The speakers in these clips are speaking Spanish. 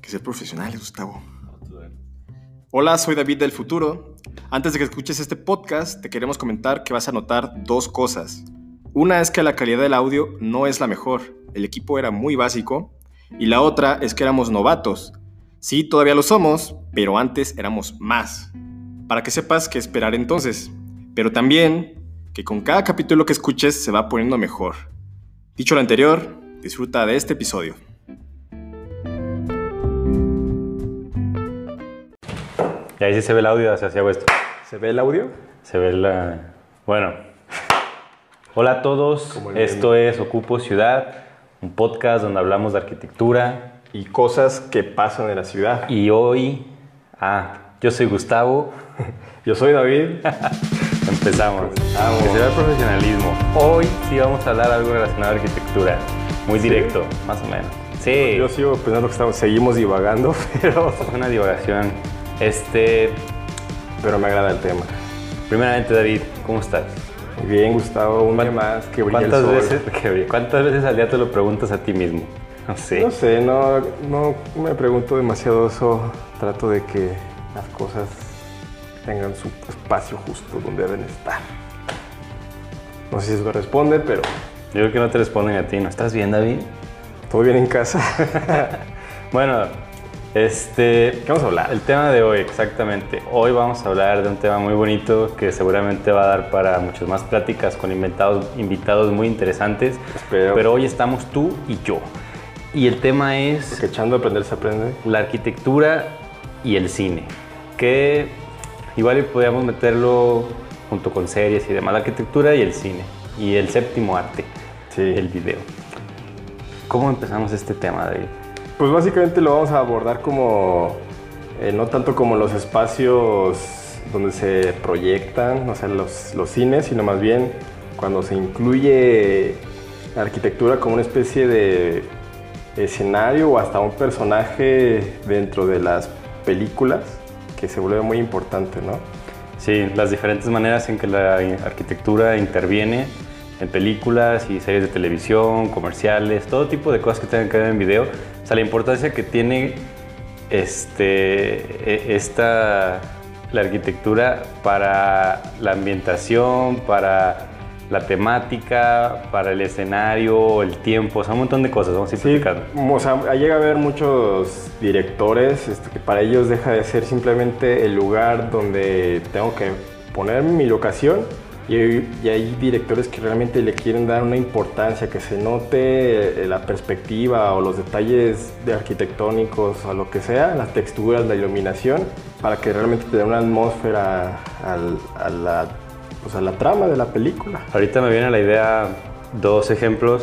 que ser profesionales, Gustavo. Hola, soy David del futuro. Antes de que escuches este podcast, te queremos comentar que vas a notar dos cosas. Una es que la calidad del audio no es la mejor, el equipo era muy básico, y la otra es que éramos novatos. Sí, todavía lo somos, pero antes éramos más. Para que sepas qué esperar entonces, pero también que con cada capítulo que escuches se va poniendo mejor. Dicho lo anterior, disfruta de este episodio. Y ahí sí se ve el audio, así hago esto. ¿Se ve el audio? Se ve la... Bueno. Hola a todos, esto es Ocupo Ciudad, un podcast donde hablamos de arquitectura. Y cosas que pasan en la ciudad. Y hoy... yo soy Gustavo. Yo soy David. Empezamos. Vamos. Que se vea el profesionalismo. Hoy sí vamos a hablar algo relacionado a arquitectura. Muy directo, más o menos. Sí. Yo sigo pensando que seguimos divagando, pero... Es una divagación. Pero me agrada el tema. Primeramente, David, ¿cómo estás? Muy bien, Gustavo, un día más que brilla el sol. ¿Cuántas veces al día te lo preguntas a ti mismo? No sé, no me pregunto demasiado eso. Trato de que las cosas tengan su espacio justo donde deben estar. No sé si eso responde, pero... Yo creo que no te responden a ti. ¿No estás bien, David? ¿Todo bien en casa? Bueno, ¿qué vamos a hablar? El tema de hoy, exactamente. Hoy vamos a hablar de un tema muy bonito que seguramente va a dar para muchas más pláticas con invitados muy interesantes. Espero. Pero hoy estamos tú y yo. Y el tema es... Porque echando a aprender se aprende. La arquitectura y el cine. Que igual podríamos meterlo junto con series y demás. La arquitectura y el cine. Y el séptimo arte. Sí. El video. ¿Cómo empezamos este tema, David? Pues básicamente lo vamos a abordar como, no tanto como los espacios donde se proyectan, o sea, los cines, sino más bien cuando se incluye la arquitectura como una especie de escenario o hasta un personaje dentro de las películas, que se vuelve muy importante, ¿no? Sí, las diferentes maneras en que la arquitectura interviene en películas y series de televisión, comerciales, todo tipo de cosas que tengan que ver en video. O sea, la importancia que tiene la arquitectura para la ambientación, para la temática, para el escenario, el tiempo, o sea, un montón de cosas, vamos a ir platicando. O sea, llega a haber muchos directores que para ellos deja de ser simplemente el lugar donde tengo que poner mi locación. Y hay directores que realmente le quieren dar una importancia, que se note la perspectiva o los detalles de arquitectónicos o lo que sea, las texturas, la iluminación, para que realmente te dé una atmósfera a la trama de la película. Ahorita me viene a la idea dos ejemplos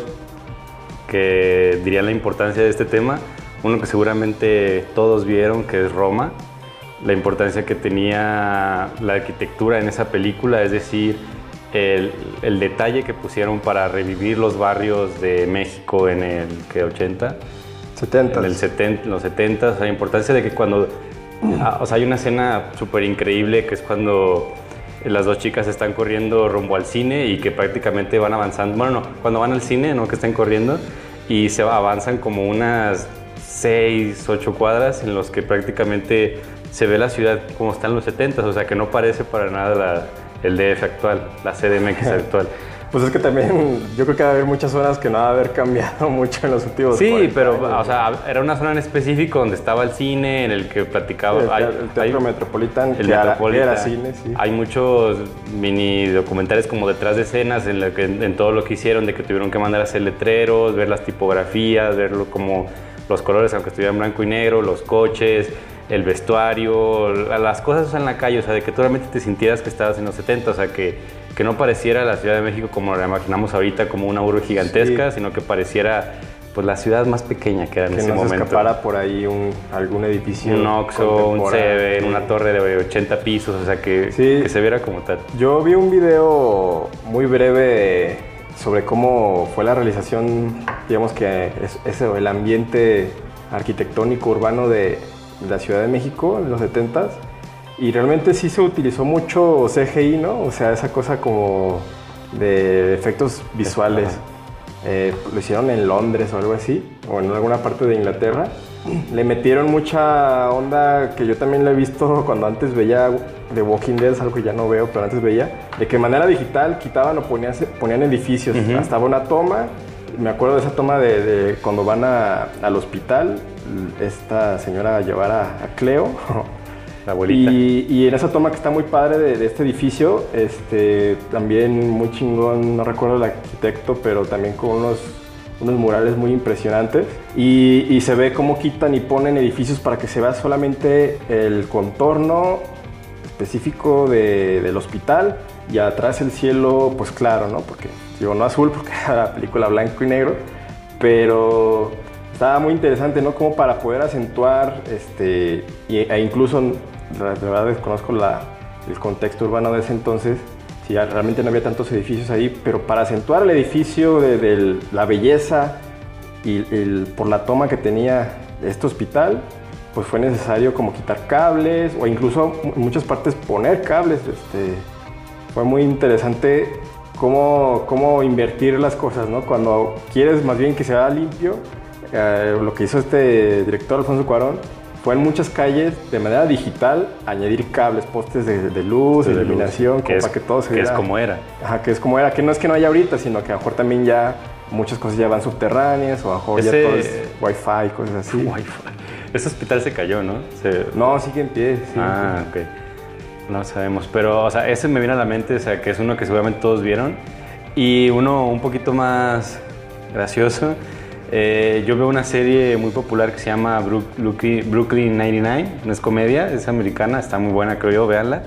que dirían la importancia de este tema. Uno que seguramente todos vieron, que es Roma. La importancia que tenía la arquitectura en esa película, es decir, el detalle que pusieron para revivir los barrios de México en el 70. En los 70, o sea, la importancia de que cuando... o sea, hay una escena súper increíble que es cuando las dos chicas están corriendo rumbo al cine y que prácticamente van avanzando, bueno, no, cuando van al cine, no que estén corriendo, y avanzan como unas 6, 8 cuadras en los que prácticamente se ve la ciudad como está en los 70, o sea que no parece para nada el DF actual, la CDMX actual. Pues es que también yo creo que va a haber muchas zonas que no va a haber cambiado mucho en los últimos 40 pero años. O sea, era una zona en específico donde estaba el cine, en el que platicaba... El Teatro Metropolitan, era cine, sí. Hay muchos mini documentales como detrás de escenas en todo lo que hicieron, de que tuvieron que mandar a hacer letreros, ver las tipografías, verlo como los colores, aunque estuvieran blanco y negro, los coches, el vestuario, las cosas en la calle, o sea, de que tú realmente te sintieras que estabas en los 70, o sea, que no pareciera la Ciudad de México como la imaginamos ahorita, como una urbe gigantesca, sino que pareciera pues la ciudad más pequeña que era en ese momento. Que no se escapara por ahí algún edificio. Un Oxxo, un Seven, una torre de 80 pisos, o sea, que se viera como tal. Yo vi un video muy breve sobre cómo fue la realización, digamos que el ambiente arquitectónico urbano de la Ciudad de México en los 70s, y realmente sí se utilizó mucho CGI, ¿no? O sea, esa cosa como de efectos visuales. lo hicieron en Londres o algo así, o en alguna parte de Inglaterra. Le metieron mucha onda que yo también lo he visto cuando antes veía The Walking Dead, es algo que ya no veo, pero antes veía, de que de manera digital quitaban o ponían edificios. Hasta una toma, me acuerdo de esa toma de cuando van al hospital, esta señora a llevar a Cleo, la abuelita. Y en esa toma que está muy padre de este edificio, también muy chingón, no recuerdo el arquitecto, pero también con unos murales muy impresionantes, y se ve cómo quitan y ponen edificios para que se vea solamente el contorno específico del hospital, y atrás el cielo pues claro, ¿no? Porque digo, no azul porque era la película blanco y negro, pero estaba muy interesante, ¿no? Como para poder acentuar, e incluso, de verdad desconozco el contexto urbano de ese entonces, si realmente no había tantos edificios ahí, pero para acentuar el edificio de la belleza y por la toma que tenía este hospital, pues fue necesario como quitar cables o incluso en muchas partes poner cables. Fue muy interesante cómo invertir las cosas, ¿no? Cuando quieres más bien que se vea limpio, lo que hizo este director Alfonso Cuarón fue en muchas calles de manera digital añadir cables, postes de luz, de iluminación, para que todo se viera. Que es como era. Ajá, que es como era, que no es que no haya ahorita, sino que a lo mejor también ya muchas cosas ya van subterráneas, o a lo mejor ya todo es Wi-Fi, cosas así. Wi-Fi. Ese hospital se cayó, ¿no? No, sigue en pie. Ok. No sabemos, pero, o sea, ese me viene a la mente, o sea, que es uno que seguramente todos vieron. Y uno un poquito más gracioso. Yo veo una serie muy popular que se llama Brooklyn 99, no es comedia, es americana, está muy buena, creo yo, véanla.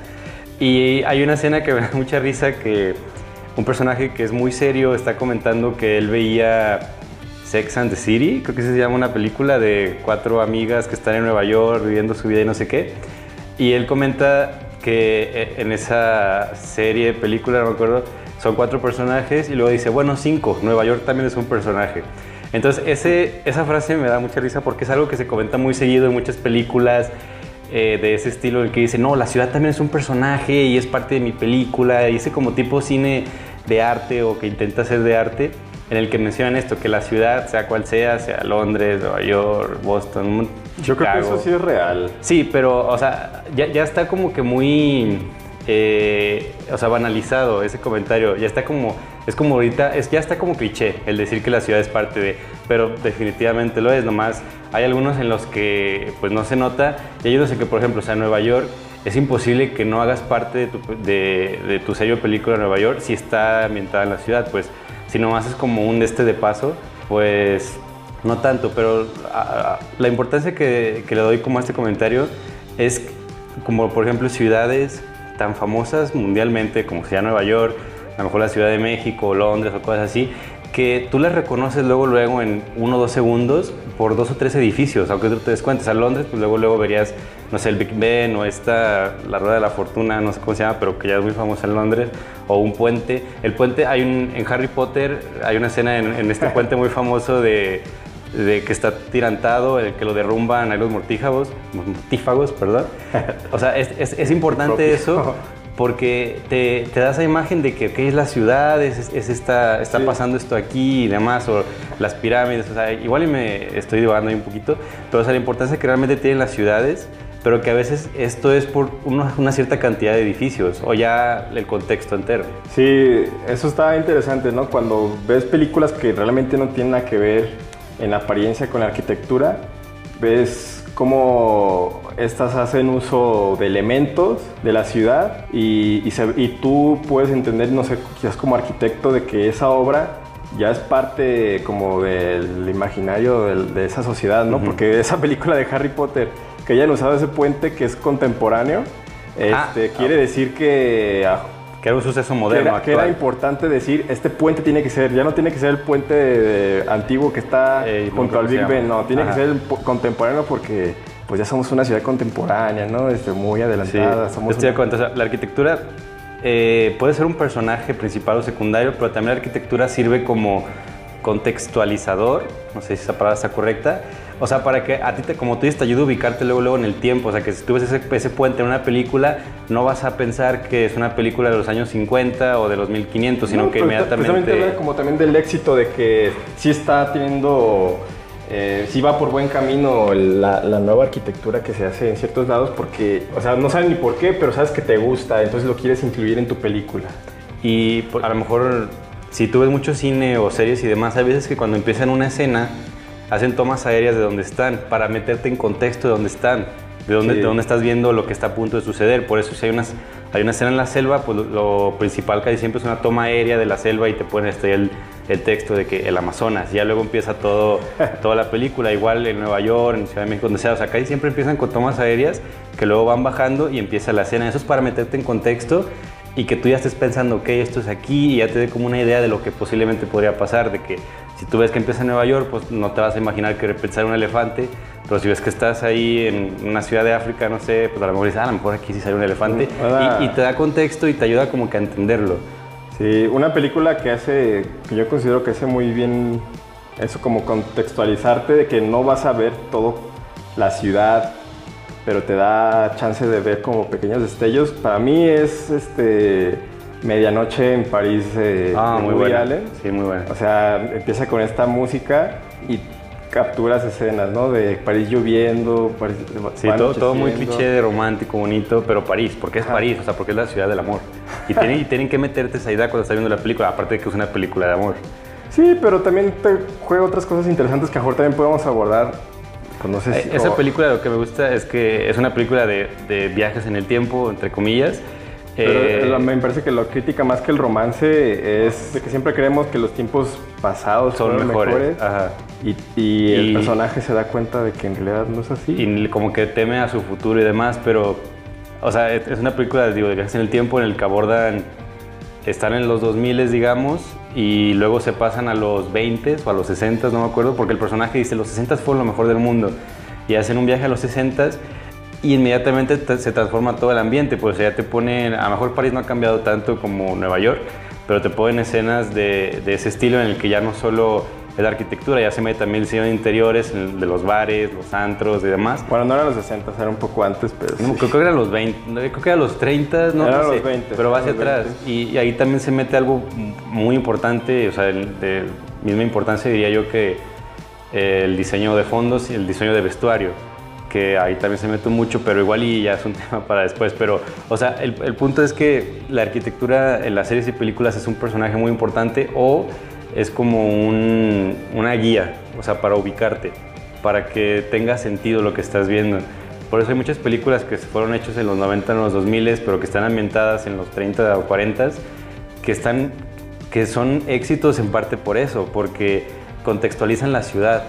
Y hay una escena que me da mucha risa, que un personaje que es muy serio está comentando que él veía Sex and the City, creo que se llama una película de 4 amigas que están en Nueva York viviendo su vida y no sé qué. Y él comenta que en esa serie, película, no me acuerdo, son 4 personajes y luego dice, bueno, 5, Nueva York también es un personaje. Entonces esa frase me da mucha risa porque es algo que se comenta muy seguido en muchas películas de ese estilo, el que dice, no, la ciudad también es un personaje y es parte de mi película, y ese como tipo cine de arte o que intenta ser de arte, en el que mencionan esto, que la ciudad, sea cual sea Londres, Nueva York, Boston, Chicago. Yo creo que eso sí es real. Sí, pero, o sea, ya está como que muy, o sea, banalizado ese comentario. Ya está como, es como ahorita, ya está como cliché el decir que la ciudad es parte de, pero definitivamente lo es. Nomás hay algunos en los que, pues, no se nota, y hay otros en que, por ejemplo, o sea, Nueva York, es imposible que no hagas parte de tu sello de película de Nueva York si está ambientada en la ciudad, pues. Si nomás es como un de paso, pues no tanto, pero la importancia que le doy como a este comentario es como, por ejemplo, ciudades tan famosas mundialmente como sea Nueva York, a lo mejor la Ciudad de México, Londres o cosas así, que tú las reconoces luego en 1 o 2 segundos por 2 o 3 edificios, aunque tú te des cuenta. A Londres, pues luego verías, no sé, el Big Ben o la Rueda de la Fortuna, no sé cómo se llama, pero que ya es muy famosa en Londres, o un puente. El puente, en Harry Potter hay una escena en este puente muy famoso de que está tirantado, el que lo derrumban, hay los mortífagos, perdón. O sea, es importante eso, porque te da esa imagen de que es la ciudad, está sí, pasando esto aquí y demás, o las pirámides, o sea, igual y me estoy divagando ahí un poquito, pero o sea, la importancia que realmente tienen las ciudades, pero que a veces esto es por una cierta cantidad de edificios, o ya el contexto entero. Sí, eso está interesante, ¿no? Cuando ves películas que realmente no tienen nada que ver en apariencia con la arquitectura, ves cómo estas hacen uso de elementos de la ciudad y tú puedes entender, no sé, quizás como arquitecto, de que esa obra ya es parte como del imaginario de esa sociedad, ¿no? Porque esa película de Harry Potter, que hayan usado ese puente que es contemporáneo, quiere decir que era un suceso moderno, que era importante decir, este puente tiene que ser, ya no tiene que ser el puente antiguo que está junto al Big Ben, no, tiene que ser el contemporáneo, porque pues ya somos una ciudad contemporánea, ¿no? Muy adelantada. Sí, estoy de acuerdo. O sea, la arquitectura puede ser un personaje principal o secundario, pero también la arquitectura sirve como contextualizador, no sé si esa palabra está correcta, O sea, para que a ti, como tú dices, te ayude a ubicarte luego en el tiempo. O sea, que si tú ves ese puente en una película, no vas a pensar que es una película de los años 50 o de los 1500, sino que inmediatamente... Precisamente como también del éxito de que sí está teniendo... sí va por buen camino la nueva arquitectura que se hace en ciertos lados porque, o sea, no sabes ni por qué, pero sabes que te gusta, entonces lo quieres incluir en tu película. Y a lo mejor, si tú ves mucho cine o series y demás, hay veces que cuando empiezan una escena, hacen tomas aéreas de donde están para meterte en contexto de dónde están, de dónde estás viendo lo que está a punto de suceder. Por eso si hay una escena en la selva, pues lo principal casi siempre es una toma aérea de la selva y te ponen el texto de que el Amazonas. Ya luego empieza toda la película, igual en Nueva York, en Ciudad de México, donde sea. O sea, casi siempre empiezan con tomas aéreas que luego van bajando y empieza la escena. Eso es para meterte en contexto y que tú ya estés pensando, ok, esto es aquí, y ya te dé como una idea de lo que posiblemente podría pasar, de que si tú ves que empieza en Nueva York, pues no te vas a imaginar que de repente sale un elefante, pero si ves que estás ahí en una ciudad de África, no sé, pues a lo mejor dices, a lo mejor aquí sí sale un elefante, y te da contexto y te ayuda como que a entenderlo. Sí, una película que yo considero que hace muy bien eso, como contextualizarte de que no vas a ver todo la ciudad, pero te da chance de ver como pequeños destellos. Para mí es Medianoche en París de Woody Allen. Sí, muy bueno. O sea, empieza con esta música y capturas escenas, ¿no? De París lloviendo, París... Sí, todo muy cliché, romántico, bonito, pero París, porque es París, o sea, porque es la ciudad del amor. Y tienen que meterte esa idea cuando estás viendo la película, aparte de que es una película de amor. Sí, pero también te juega otras cosas interesantes que a lo mejor también podemos abordar. Pues no sé si esa película lo que me gusta es que es una película de viajes en el tiempo, entre comillas. Pero me parece que la crítica más que el romance es de que siempre creemos que los tiempos pasados son mejores. Ajá. Y el personaje se da cuenta de que en realidad no es así. Y como que teme a su futuro y demás, pero, o sea, es una película, digo, de viajes en el tiempo en el que abordan, están en los 2000, digamos, y luego se pasan a los 20 o a los 60, no me acuerdo, porque el personaje dice, los 60 fueron lo mejor del mundo, y hacen un viaje a los 60 y inmediatamente se transforma todo el ambiente, pues ya te ponen, a lo mejor París no ha cambiado tanto como Nueva York, pero te ponen escenas de ese estilo en el que ya no solo es la arquitectura, ya se mete también el diseño de interiores, de los bares, los antros y demás. Bueno, no eran los 60, era un poco antes, pero no, sí. Creo que eran los 20, creo que eran los 30, no, eran no sé, los 20, pero va hacia atrás. Y ahí también se mete algo muy importante, o sea, de misma importancia diría yo que el diseño de fondos y el diseño de vestuario, que ahí también se mete mucho, pero igual y ya es un tema para después. Pero, o sea, el punto es que la arquitectura en las series y películas es un personaje muy importante o es como una guía, o sea, para ubicarte, para que tenga sentido lo que estás viendo. Por eso hay muchas películas que fueron hechas en los 90, en los 2000, pero que están ambientadas en los 30 o 40, que son éxitos en parte por eso, porque contextualizan la ciudad.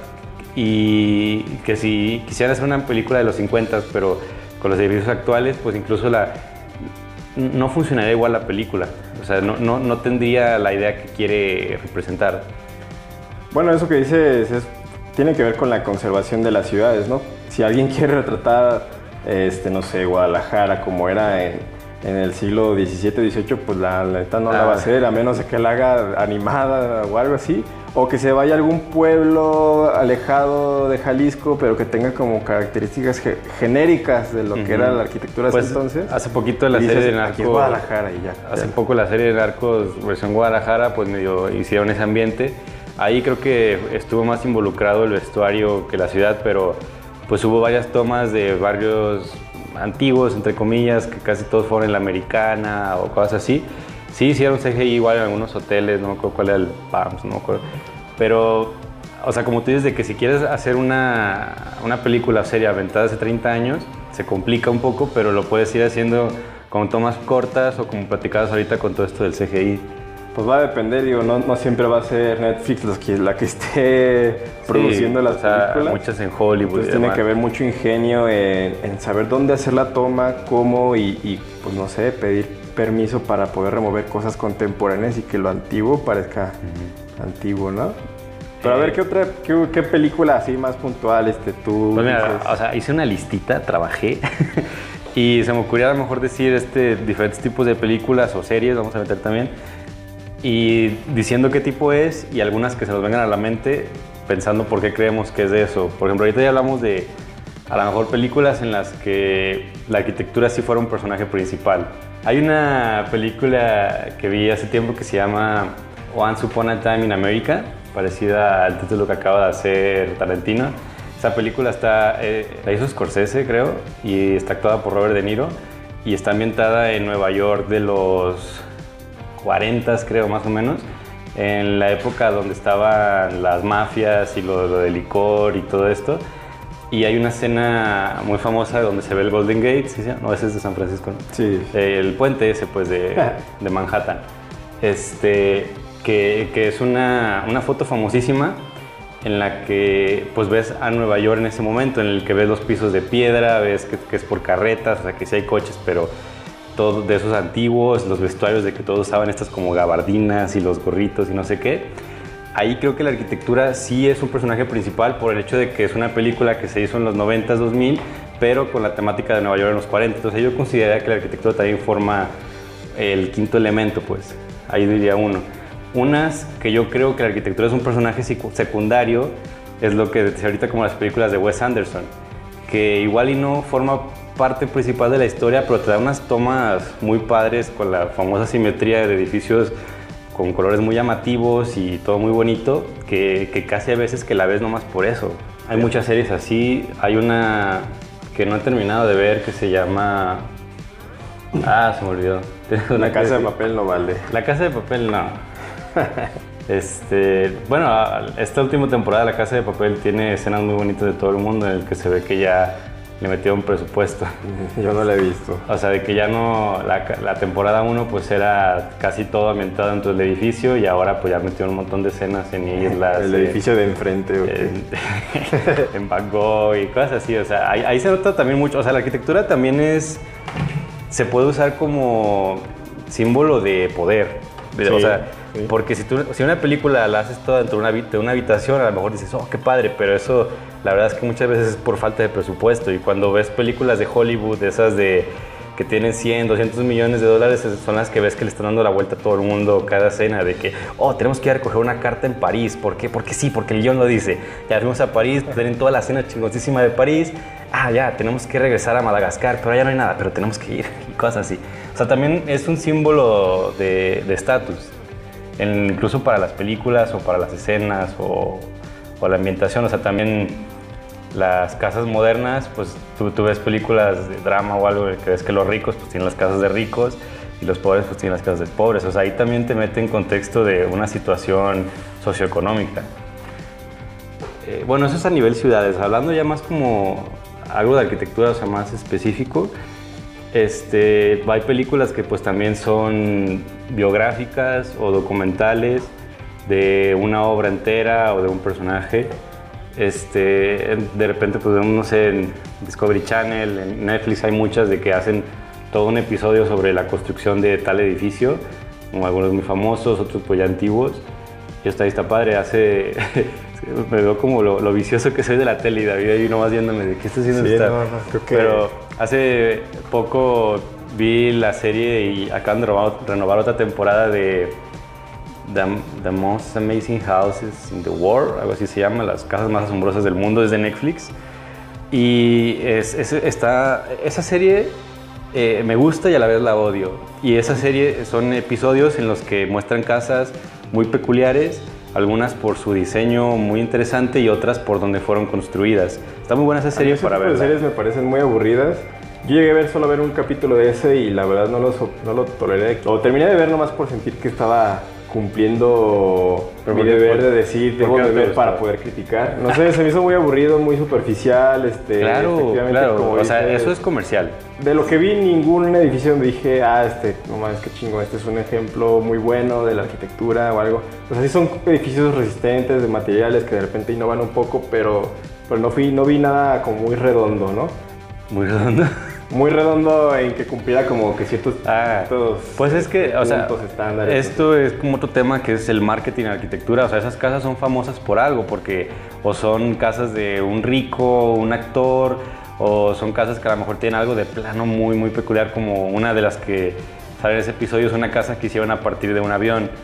Y que si quisieran hacer una película de los 50, pero con los edificios actuales, pues incluso no funcionaría igual la película. O sea, no tendría la idea que quiere representar. Bueno, eso que dices tiene que ver con la conservación de las ciudades, ¿no? Si alguien quiere retratar, no sé, Guadalajara como era en el siglo XVII, XVIII, pues la neta no la va a hacer, a menos de que la haga animada o algo así. O que se vaya a algún pueblo alejado de Jalisco, pero que tenga como características genéricas de lo que era la arquitectura de ese entonces. Hace poquito la serie de Narcos... Aquí Guadalajara y ya. Hace poco la serie de Narcos versión Guadalajara, pues medio hicieron ese ambiente. Ahí creo que estuvo más involucrado el vestuario que la ciudad, pero pues hubo varias tomas de barrios antiguos, entre comillas, que casi todos fueron en la Americana o cosas así. Sí, hicieron CGI igual en algunos hoteles, no me acuerdo cuál era el PAMS, no me acuerdo. Pero, o sea, como tú dices, de que si quieres hacer una película o serie aventada hace 30 años, se complica un poco, pero lo puedes ir haciendo con tomas cortas o como platicabas ahorita con todo esto del CGI. Pues va a depender, digo, no siempre va a ser Netflix la que esté produciendo las películas. Muchas en Hollywood. Entonces tiene que haber mucho ingenio en saber dónde hacer la toma, cómo y pues no sé, pedir permiso para poder remover cosas contemporáneas y que lo antiguo parezca antiguo, ¿no? Pero a ver, ¿qué película así más puntual tú pues mira, o sea, hice una listita, trabajé y se me ocurrió a lo mejor decir diferentes tipos de películas o series, vamos a meter también, y diciendo qué tipo es y algunas que se nos vengan a la mente, pensando por qué creemos que es de eso. Por ejemplo, ahorita ya hablamos de a lo mejor películas en las que la arquitectura sí fuera un personaje principal. Hay una película que vi hace tiempo que se llama Once Upon a Time in America, parecida al título que acaba de hacer Tarantino. Esa película la hizo Scorsese, creo, y está actuada por Robert De Niro, y está ambientada en Nueva York de los 40, creo, más o menos, en la época donde estaban las mafias y lo de licor y todo esto. Y hay una escena muy famosa donde se ve el Golden Gate, ¿sí? No, ese es de San Francisco, ¿no? Sí. El puente ese, pues, de Manhattan. Que es una foto famosísima en la que, pues, ves a Nueva York en ese momento, en el que ves los pisos de piedra, ves que es por carretas, o sea, que sí hay coches, pero todos de esos antiguos, los vestuarios de que todos usaban estas como gabardinas y los gorritos y no sé qué. Ahí creo que la arquitectura sí es un personaje principal por el hecho de que es una película que se hizo en los 90s, 2000, pero con la temática de Nueva York en los 40. Entonces yo consideraría que la arquitectura también forma el quinto elemento, pues. Ahí diría uno. Unas que yo creo que la arquitectura es un personaje secundario, es lo que decía ahorita como las películas de Wes Anderson, que igual y no forma parte principal de la historia, pero te da unas tomas muy padres con la famosa simetría de edificios con colores muy llamativos y todo muy bonito, que casi a veces que la ves nomás por eso. Hay muchas series así. Hay una que no he terminado de ver que se llama... se me olvidó. La Casa de Papel no vale. La Casa de Papel no. Bueno, esta última temporada de La Casa de Papel tiene escenas muy bonitas de todo el mundo en el que se ve que ya le metieron presupuesto. Yo no la he visto. O sea, de que ya no... La temporada 1 pues era casi todo ambientado dentro del edificio y ahora pues ya metieron un montón de escenas en islas. El edificio de enfrente, en Bangkok y cosas así. O sea, ahí se nota también mucho. O sea, la arquitectura también se puede usar como símbolo de poder. Sí, o sea, sí. Porque si una película la haces toda dentro de una habitación, a lo mejor dices, oh, qué padre, pero eso la verdad es que muchas veces es por falta de presupuesto. Y cuando ves películas de Hollywood, de esas que tienen 100, 200 millones de dólares, son las que ves que le están dando la vuelta a todo el mundo cada escena, de que, oh, tenemos que ir a recoger una carta en París. ¿Por qué? Porque sí, porque el guión lo dice. Ya fuimos a París, tienen toda la escena chingoncísima de París. Ya, tenemos que regresar a Madagascar, pero ya no hay nada, pero tenemos que ir, y cosas así. O sea, también es un símbolo de estatus, incluso para las películas o para las escenas o la ambientación. O sea, también las casas modernas, pues tú ves películas de drama o algo que ves que los ricos pues tienen las casas de ricos y los pobres pues tienen las casas de pobres. O sea, ahí también te mete en contexto de una situación socioeconómica. Bueno, eso es a nivel ciudades. Hablando ya más como algo de arquitectura, o sea, más específico, hay películas que pues también son biográficas o documentales de una obra entera o de un personaje. De repente pues vemos, no sé, en Discovery Channel, en Netflix hay muchas de que hacen todo un episodio sobre la construcción de tal edificio, como algunos muy famosos, otros pues ya antiguos. Y ahí está padre, me veo como lo vicioso que soy de la tele y David ahí nomás viéndome de qué está haciendo sí, esta. No, creo que... Pero hace poco vi la serie y acaban de renovar otra temporada de The Most Amazing Houses in the World, algo así se llama, las casas más asombrosas del mundo, es de Netflix. Y esa serie me gusta y a la vez la odio. Y esa serie son episodios en los que muestran casas muy peculiares, algunas por su diseño muy interesante y otras por donde fueron construidas. Está muy buena esa serie para verla. Las series me parecen muy aburridas. Yo llegué a solo ver un capítulo de ese y la verdad no lo toleré. Lo terminé de ver nomás por sentir que estaba cumpliendo mi deber de decir, tengo que ver para poder criticar. No sé, se me hizo muy aburrido, muy superficial. Claro, como o sea, eso es comercial. De lo que vi, ningún edificio donde dije, no mames, qué chingo, este es un ejemplo muy bueno de la arquitectura o algo. O sea, sí son edificios resistentes, de materiales que de repente innovan un poco, pero no vi nada como muy redondo, ¿no? ¿Muy redondo? Muy redondo en que cumpliera como que ciertos pues es que, o sea, estándares. Esto es como otro tema que es el marketing en arquitectura. O sea, esas casas son famosas por algo, porque o son casas de un rico, un actor, o son casas que a lo mejor tienen algo de plano muy, muy peculiar, como una de las que sale en ese episodio es una casa que hicieron a partir de un avión.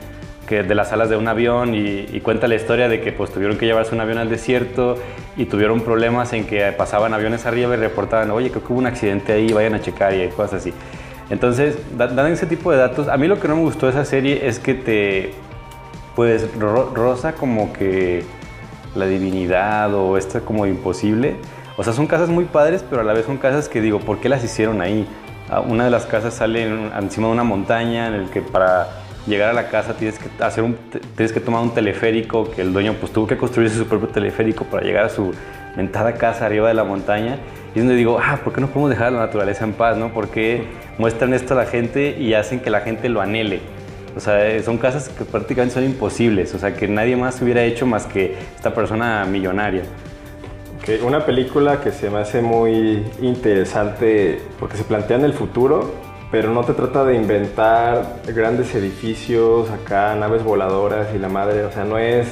de las alas de un avión y cuenta la historia de que pues tuvieron que llevarse un avión al desierto y tuvieron problemas en que pasaban aviones arriba y reportaban, oye, creo que hubo un accidente ahí, vayan a checar y cosas así. Entonces, dan ese tipo de datos. A mí lo que no me gustó de esa serie es que pues roza como que la divinidad o esta como imposible. O sea, son casas muy padres, pero a la vez son casas que digo, ¿por qué las hicieron ahí? Una de las casas sale encima de una montaña en el que para llegar a la casa tienes que tomar un teleférico, que el dueño pues tuvo que construirse su propio teleférico para llegar a su mentada casa arriba de la montaña. Y es donde digo, ¿por qué no podemos dejar a la naturaleza en paz, no? ¿Por qué muestran esto a la gente y hacen que la gente lo anhele? O sea, son casas que prácticamente son imposibles, o sea, que nadie más hubiera hecho más que esta persona millonaria. Okay, una película que se me hace muy interesante porque se plantea en el futuro, pero no te trata de inventar grandes edificios, acá naves voladoras y la madre, o sea, no es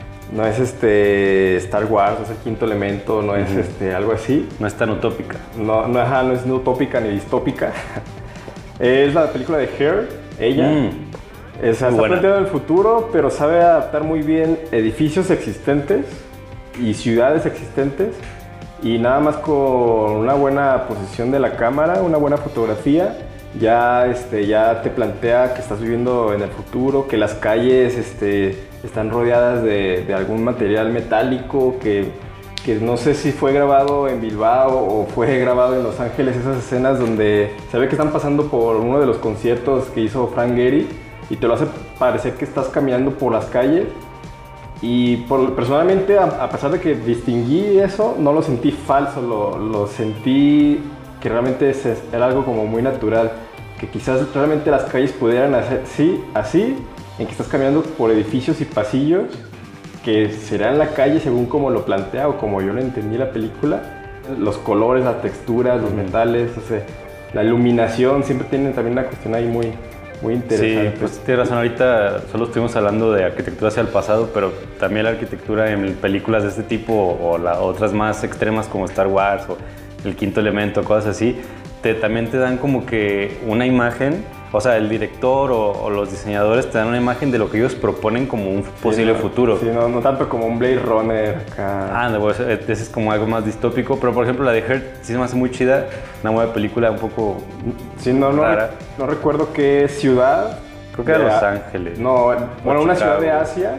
Star Wars, no es el quinto elemento, no es algo así. No es tan utópica. No es ni utópica ni distópica. Es la película de Her, ella. Está planteada en el futuro, pero sabe adaptar muy bien edificios existentes y ciudades existentes, y nada más con una buena posición de la cámara, una buena fotografía, ya te plantea que estás viviendo en el futuro, que las calles están rodeadas de algún material metálico, que no sé si fue grabado en Bilbao o fue grabado en Los Ángeles, esas escenas donde se ve que están pasando por uno de los conciertos que hizo Frank Gehry y te lo hace parecer que estás caminando por las calles. Y personalmente, a pesar de que distinguí eso, no lo sentí falso, lo sentí que realmente era algo como muy natural, que quizás realmente las calles pudieran hacer así, en que estás caminando por edificios y pasillos, que será en la calle según como lo plantea o como yo lo entendí la película. Los colores, las texturas, los metales, o sea, la iluminación, siempre tienen también una cuestión ahí muy interesante. Sí, pues tienes razón, ahorita solo estuvimos hablando de arquitectura hacia el pasado, pero también la arquitectura en películas de este tipo o otras más extremas como Star Wars o El Quinto Elemento, cosas así, también te dan como que una imagen, o sea, el director o los diseñadores te dan una imagen de lo que ellos proponen como un posible futuro. Sí, no tanto como un Blade Runner acá. Pues ese es como algo más distópico, pero por ejemplo la de Her sí se me hace muy chida, una buena película un poco rara. No recuerdo qué ciudad. Creo que era Los Ángeles. No, bueno, una ciudad de Asia.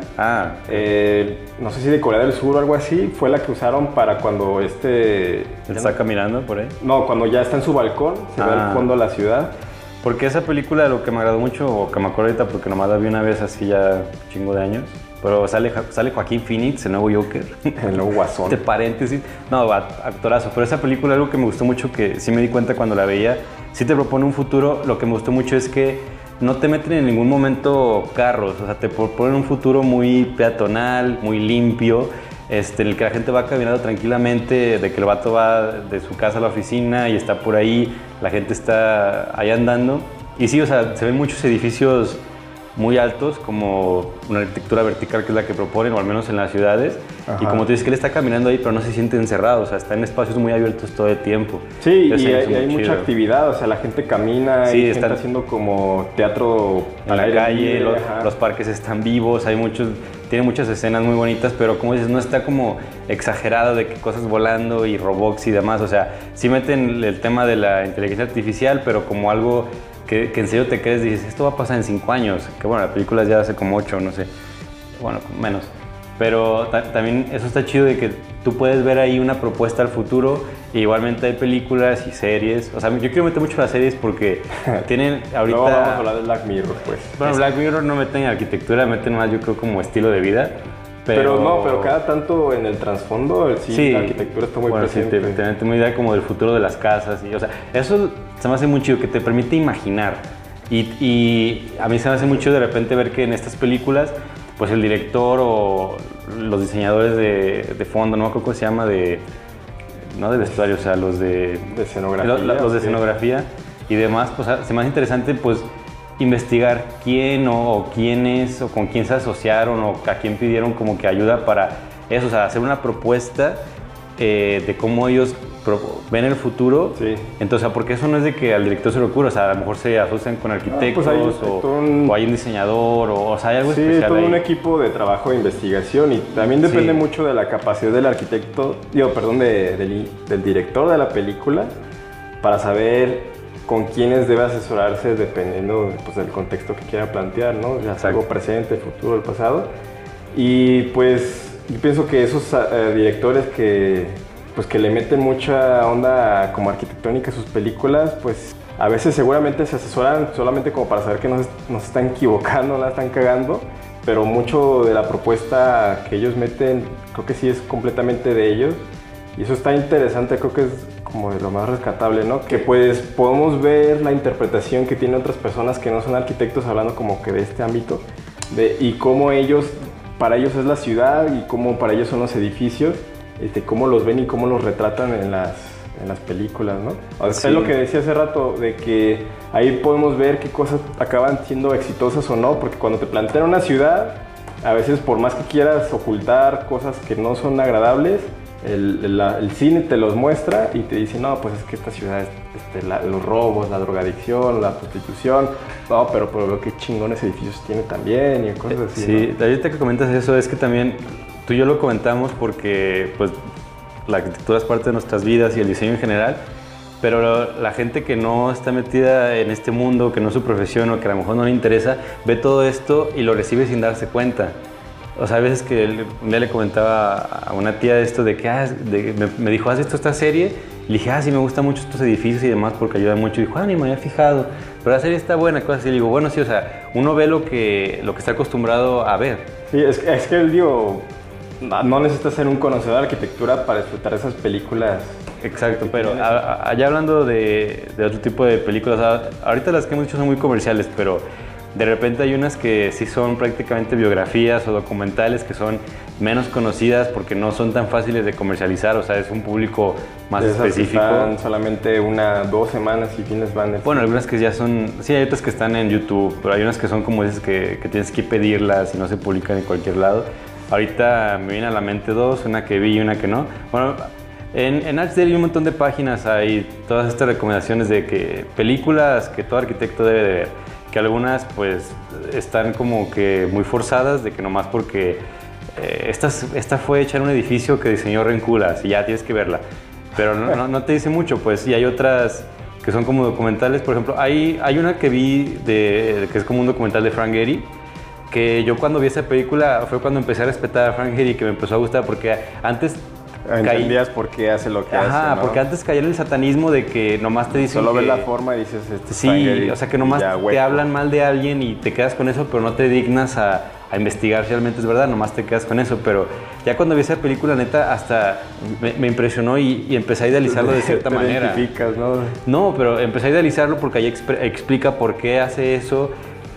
No sé si de Corea del Sur o algo así, fue la que usaron para cuando ¿Está caminando por ahí? No, cuando ya está en su balcón, se ve al fondo la ciudad. Porque esa película lo que me agradó mucho, o que me acuerdo ahorita porque nomás la vi una vez así ya chingo de años, pero sale Joaquín Phoenix, el nuevo Joker. El nuevo Guasón. De paréntesis. No, actorazo. Pero esa película, algo que me gustó mucho, que sí me di cuenta cuando la veía, sí te propone un futuro. Lo que me gustó mucho es que no te meten en ningún momento carros, o sea, te proponen un futuro muy peatonal, muy limpio, en el que la gente va caminando tranquilamente, de que el vato va de su casa a la oficina y está por ahí, la gente está ahí andando. Y sí, o sea, se ven muchos edificios muy altos, como una arquitectura vertical que es la que proponen, o al menos en las ciudades. Ajá. Y como tú dices, que él está caminando ahí, pero no se siente encerrado, o sea, está en espacios muy abiertos todo el tiempo. Sí, y hay mucha actividad, o sea, la gente camina, sí, y está haciendo como teatro en la calle, los parques están vivos, tiene muchas escenas muy bonitas, pero como dices, no está como exagerado de que cosas volando y robots y demás, o sea, sí meten el tema de la inteligencia artificial, pero como algo que en serio te crees, dices, esto va a pasar en 5 años, que bueno, la película es ya hace como 8, no sé, bueno, menos. Pero también eso está chido de que tú puedes ver ahí una propuesta al futuro, e igualmente hay películas y series, o sea, yo quiero meter mucho las series porque tienen ahorita... No, vamos a hablar de Black Mirror, pues. Bueno, Black Mirror no meten en arquitectura, meten más yo creo como estilo de vida. Pero cada tanto en el trasfondo, sí, la arquitectura está muy presente. Sí, te mete una idea como del futuro de las casas. Y, o sea, eso se me hace muy chido, que te permite imaginar. Y a mí se me hace muy chido de repente ver que en estas películas, pues el director o los diseñadores de fondo, no me acuerdo cómo se llama, no de vestuario, o sea, los de escenografía. Los de escenografía y demás, pues se me hace interesante, pues, investigar quién o quiénes o con quién se asociaron o a quién pidieron como que ayuda para eso, o sea, hacer una propuesta de cómo ellos ven el futuro. Sí. Entonces, porque eso no es de que al director se le ocurra, o sea, a lo mejor se asocian con arquitectos, o hay un diseñador, o sea, hay algo especial. Sí, todo ahí. un equipo de trabajo de investigación, y también depende mucho de la capacidad del arquitecto, del director de la película, para saber con quiénes debe asesorarse dependiendo pues, del contexto que quiera plantear, ¿no? Ya sea algo presente, futuro, el pasado. Y pues yo pienso que esos directores que le meten mucha onda como arquitectónica a sus películas, pues a veces seguramente se asesoran solamente como para saber que no se están equivocando, no la están cagando, pero mucho de la propuesta que ellos meten creo que sí es completamente de ellos, y eso está interesante, creo que es como de lo más rescatable, ¿no? Que pues podemos ver la interpretación que tienen otras personas que no son arquitectos hablando como que de este ámbito, y cómo para ellos es la ciudad, y cómo para ellos son los edificios, cómo los ven y cómo los retratan en las películas, ¿no? O sea, es lo que decía hace rato, de que ahí podemos ver qué cosas acaban siendo exitosas o no, porque cuando te plantean una ciudad, a veces por más que quieras ocultar cosas que no son agradables, el cine te los muestra y te dice, no, pues es que esta ciudad es los robos, la drogadicción, la prostitución, no, pero veo qué chingones edificios tiene también y cosas así. Sí, ¿no? ahorita que comentas eso, es que también tú y yo lo comentamos porque pues la arquitectura es parte de nuestras vidas y el diseño en general, pero la gente que no está metida en este mundo, que no es su profesión o que a lo mejor no le interesa, ve todo esto y lo recibe sin darse cuenta. O sea, hay veces que un día le comentaba a una tía esto de que me dijo, ¿has visto esta serie? Y le dije, sí, me gustan mucho estos edificios y demás porque ayudan mucho. Y dijo, ni me había fijado, pero la serie está buena, cosas así. Y le digo, bueno, sí, o sea, uno ve lo que está acostumbrado a ver. Sí, es que él, digo, no necesitas ser un conocedor de arquitectura para disfrutar esas películas. Exacto, pero allá hablando de otro tipo de películas, ahorita las que hemos dicho son muy comerciales, pero de repente hay unas que sí son prácticamente biografías o documentales que son menos conocidas porque no son tan fáciles de comercializar, o sea, es un público más específico. Están solamente 2 semanas y fines van. Bueno, algunas que ya son, sí, hay otras que están en YouTube, pero hay unas que son como esas que tienes que pedirlas y no se publican en cualquier lado. Ahorita me viene a la mente 2, una que vi y una que no. Bueno, en HDL hay un montón de páginas, hay todas estas recomendaciones de que películas que todo arquitecto debe de ver, que algunas pues están como que muy forzadas, de que nomás porque esta fue hecha en un edificio que diseñó Renculas y ya tienes que verla, pero no te dice mucho, pues, y hay otras que son como documentales. Por ejemplo, hay una que vi que es como un documental de Frank Gehry, que yo cuando vi esa película fue cuando empecé a respetar a Frank Gehry, que me empezó a gustar porque antes entendías por qué hace lo que hace, ¿no? Porque antes caía en el satanismo de que nomás te dicen solo que... ves la forma y dices, sí, o sea, que nomás te hablan mal de alguien y te quedas con eso, pero no te dignas a investigar si realmente es verdad, nomás te quedas con eso. Pero ya cuando vi esa película, neta, hasta me impresionó y empecé a idealizarlo de cierta manera. Te identificas, ¿no? No, pero empecé a idealizarlo porque ahí explica por qué hace eso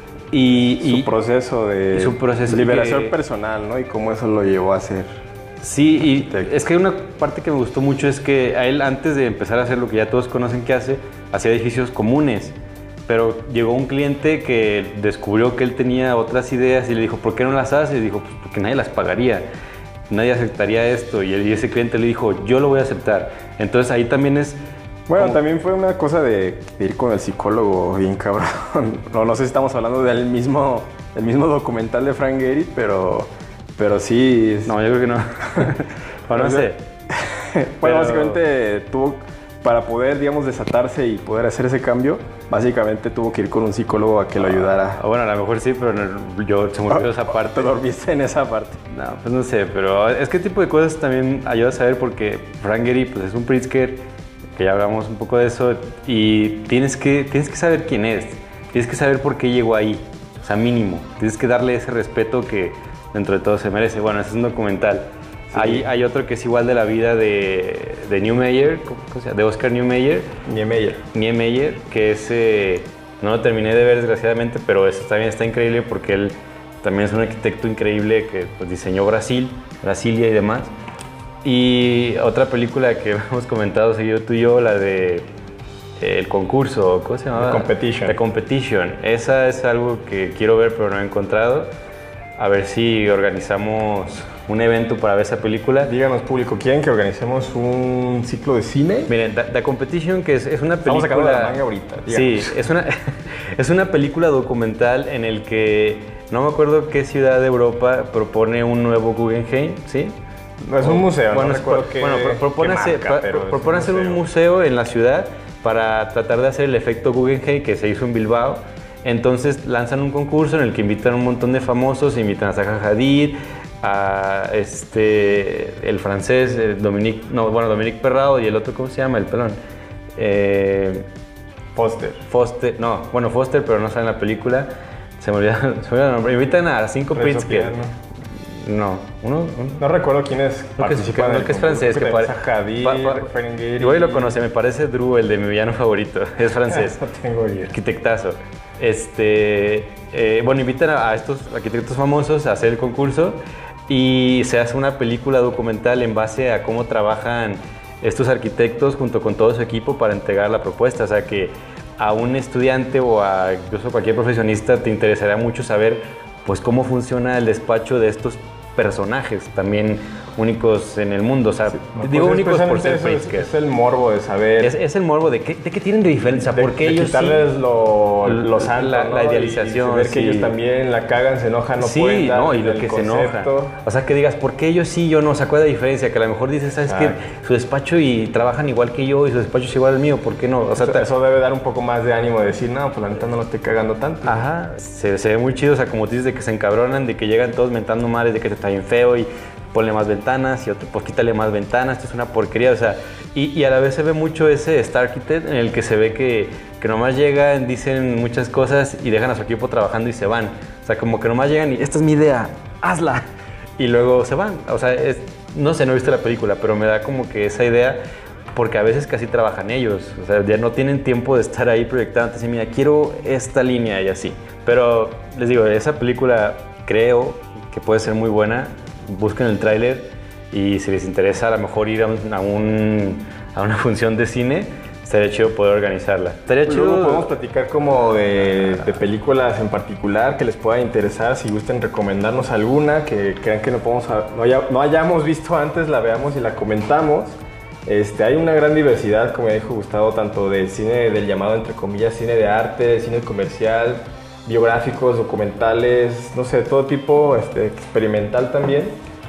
y su proceso de liberación personal, ¿no? Y cómo eso lo llevó a hacer. Sí, y es que hay una parte que me gustó mucho, es que a él, antes de empezar a hacer lo que ya todos conocen que hace, hacía edificios comunes, pero llegó un cliente que descubrió que él tenía otras ideas y le dijo, ¿por qué no las haces? Y dijo, pues porque nadie las pagaría, nadie aceptaría esto, y ese cliente le dijo, yo lo voy a aceptar. Entonces ahí también es... Bueno, también fue una cosa de ir con el psicólogo bien cabrón. No sé si estamos hablando del mismo documental de Frank Gehry, pero sí... No, yo creo que no. Bueno, no sé. Bueno, básicamente tuvo, para poder, digamos, desatarse y poder hacer ese cambio, básicamente tuvo que ir con un psicólogo a que lo ayudara. Bueno, a lo mejor sí, pero se me olvidó esa parte. ¿Te dormiste en esa parte? No, pues no sé, pero es que tipo de cosas también ayuda a saber, porque Frank Gehry pues, es un Pritzker, que ya hablamos un poco de eso, y tienes que saber quién es, tienes que saber por qué llegó ahí, o sea, mínimo, tienes que darle ese respeto que dentro de todo se merece. Bueno, ese es un documental. Sí. Hay otro que es igual de la vida de Niemeyer, ¿cómo se llama? De Oscar Niemeyer, que es, no lo terminé de ver desgraciadamente, pero eso también está increíble porque él también es un arquitecto increíble que pues, diseñó Brasilia y demás. Y otra película que hemos comentado seguido tú y yo, la de El Concurso, ¿cómo se llamaba? The Competition. The Competition. Esa es algo que quiero ver pero no he encontrado. a ver si organizamos un evento para ver esa película. Díganos, público, ¿quieren que organicemos un ciclo de cine? Miren, The Competition, que es una película... Estamos sacando de la manga ahorita. Sí, es una película documental en el que no me acuerdo qué ciudad de Europa propone un nuevo Guggenheim, ¿sí? No, es un museo, bueno, no recuerdo qué propone hacer un museo en la ciudad para tratar de hacer el efecto Guggenheim que se hizo en Bilbao. Entonces lanzan un concurso en el que invitan a un montón de famosos, invitan a Zaha Hadid, a el francés Dominique Perrao y el otro, ¿cómo se llama? El pelón. Foster, pero no sale en la película. Se me olvidó el nombre. Invitan a 5 Pritzker. No recuerdo quién es. El que es francés. Igual lo conoce, me parece Drew, el de mi villano favorito. Es francés. No tengo idea. Arquitectazo. Invitan a estos arquitectos famosos a hacer el concurso y se hace una película documental en base a cómo trabajan estos arquitectos junto con todo su equipo para entregar la propuesta. O sea que a un estudiante o a incluso cualquier profesionista te interesará mucho saber pues cómo funciona el despacho de estos personajes también únicos en el mundo. O sea, digo únicos por ser Pritzker. Es el morbo de saber. Es el morbo de qué tienen de diferencia. Porque ellos quitarles sí, lo santo, la idealización. Y ver que ellos también la cagan, se enojan, no pueden dar y lo que se enoja. O sea, que digas, ¿por qué ellos sí, yo no? ¿Se acuerda la diferencia? Que a lo mejor dices, ¿sabes qué? Su despacho y trabajan igual que yo y su despacho es igual al mío, ¿por qué no? O sea, eso debe dar un poco más de ánimo de decir, no, pues la neta no lo estoy cagando tanto. Ajá, se ve muy chido, o sea, como dices, de que se encabronan, de que llegan todos mentando mares, de que te está bien feo y ponle más ventanas y otro, pues quítale más ventanas, esto es una porquería, o sea, y a la vez se ve mucho ese Star Architect en el que se ve que nomás llegan, dicen muchas cosas y dejan a su equipo trabajando y se van. O sea, como que nomás llegan y esta es mi idea, hazla. Y luego se van. O sea, no sé, no he visto la película, pero me da como que esa idea porque a veces casi trabajan ellos. O sea, ya no tienen tiempo de estar ahí proyectando, decir, mira, quiero esta línea y así. Pero les digo, esa película creo que puede ser muy buena. Busquen el tráiler y si les interesa a lo mejor ir a una función de cine, estaría chido poder organizarla. Estaría chido. Luego podemos platicar como de películas en particular que les pueda interesar, si gusten recomendarnos alguna que crean que no hayamos visto antes, la veamos y la comentamos. Hay una gran diversidad, como ya dijo Gustavo, tanto del cine del llamado entre comillas cine de arte, cine comercial, biográficos, documentales, no sé, todo tipo, experimental también.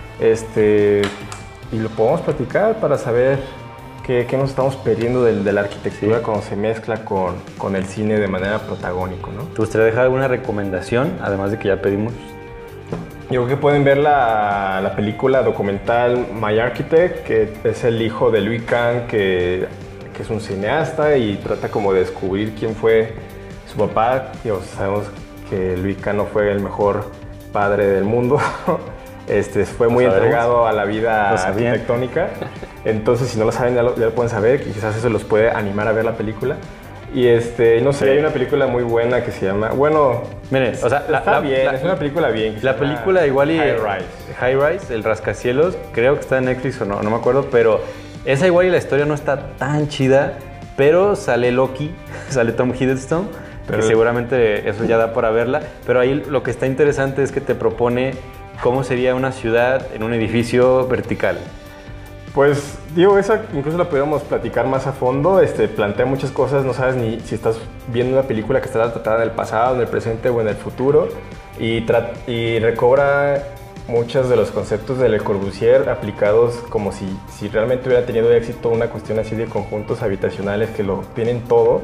Y lo podemos platicar para saber qué nos estamos perdiendo de la arquitectura cuando se mezcla con el cine de manera protagónica, ¿no? ¿Te gustaría dejar alguna recomendación, además de que ya pedimos? Yo creo que pueden ver la película documental My Architect, que es el hijo de Louis Kahn, que es un cineasta y trata como de descubrir quién fue su papá. Sabemos que Louis Kahn no fue el mejor padre del mundo. Fue muy entregado a la vida arquitectónica. Entonces, si no lo saben, ya lo pueden saber, que quizás eso los puede animar a ver la película. Y no sé, hay una película muy buena que se llama, miren, o sea, es una película bien. La película igual y High Rise, el rascacielos, creo que está en Netflix o no me acuerdo, pero esa igual y la historia no está tan chida, pero sale Loki, sale Tom Hiddleston, que seguramente eso ya da para verla, pero ahí lo que está interesante es que te propone cómo sería una ciudad en un edificio vertical. Pues digo, esa incluso la podríamos platicar más a fondo, plantea muchas cosas, no sabes ni si estás viendo una película que está tratada en el pasado, en el presente o en el futuro, y recobra muchos de los conceptos de Le Corbusier aplicados como si realmente hubiera tenido éxito una cuestión así de conjuntos habitacionales que lo tienen todo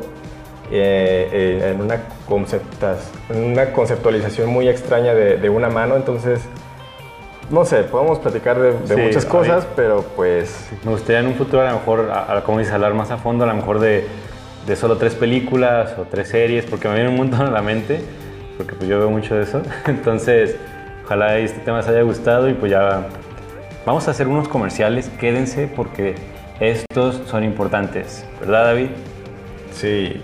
en una conceptualización muy extraña de una mano. Entonces, no sé, podemos platicar de muchas cosas, pero pues... Me gustaría en un futuro a lo mejor, como dices, hablar más a fondo, a lo mejor de solo 3 películas o 3 series, porque me viene un montón a la mente, porque pues yo veo mucho de eso. Entonces, ojalá este tema les haya gustado y pues ya vamos a hacer unos comerciales, quédense porque estos son importantes, ¿verdad, David? Sí.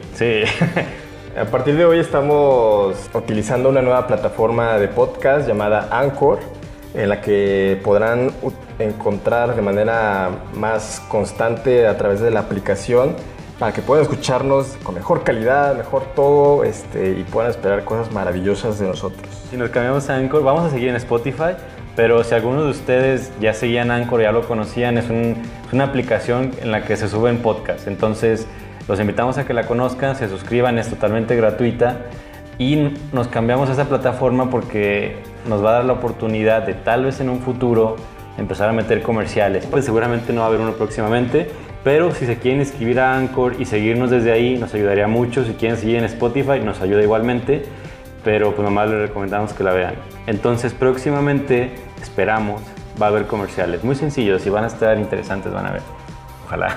A partir de hoy estamos utilizando una nueva plataforma de podcast llamada Anchor, en la que podrán encontrar de manera más constante a través de la aplicación para que puedan escucharnos con mejor calidad, mejor todo, y puedan esperar cosas maravillosas de nosotros. Si nos cambiamos a Anchor, vamos a seguir en Spotify, pero si alguno de ustedes ya seguían Anchor, ya lo conocían, es una aplicación en la que se suben podcasts. Entonces, los invitamos a que la conozcan, se suscriban, es totalmente gratuita. Y nos cambiamos a esa plataforma porque nos va a dar la oportunidad de tal vez en un futuro empezar a meter comerciales. Pues seguramente no va a haber uno próximamente, pero si se quieren inscribir a Anchor y seguirnos desde ahí, nos ayudaría mucho. Si quieren seguir en Spotify, nos ayuda igualmente, pero pues nomás les recomendamos que la vean. Entonces próximamente, esperamos, va a haber comerciales muy sencillos y van a estar interesantes, van a ver. Ojalá.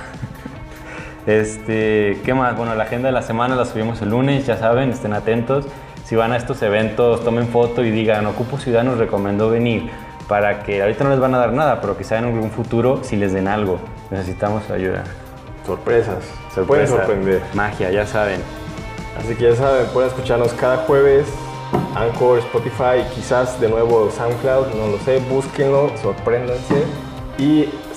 ¿Qué más? Bueno, la agenda de la semana la subimos el lunes, ya saben, estén atentos. Si van a estos eventos, tomen foto y digan, Ocupo Ciudad nos recomendó venir, para que ahorita no les van a dar nada, pero quizá en algún futuro sí les den algo. Necesitamos ayuda. Sorpresas. Se pueden sorprender. Magia, ya saben. Así que ya saben, pueden escucharnos cada jueves, Anchor, Spotify, quizás de nuevo SoundCloud, no lo sé, búsquenlo, sorpréndanse. Y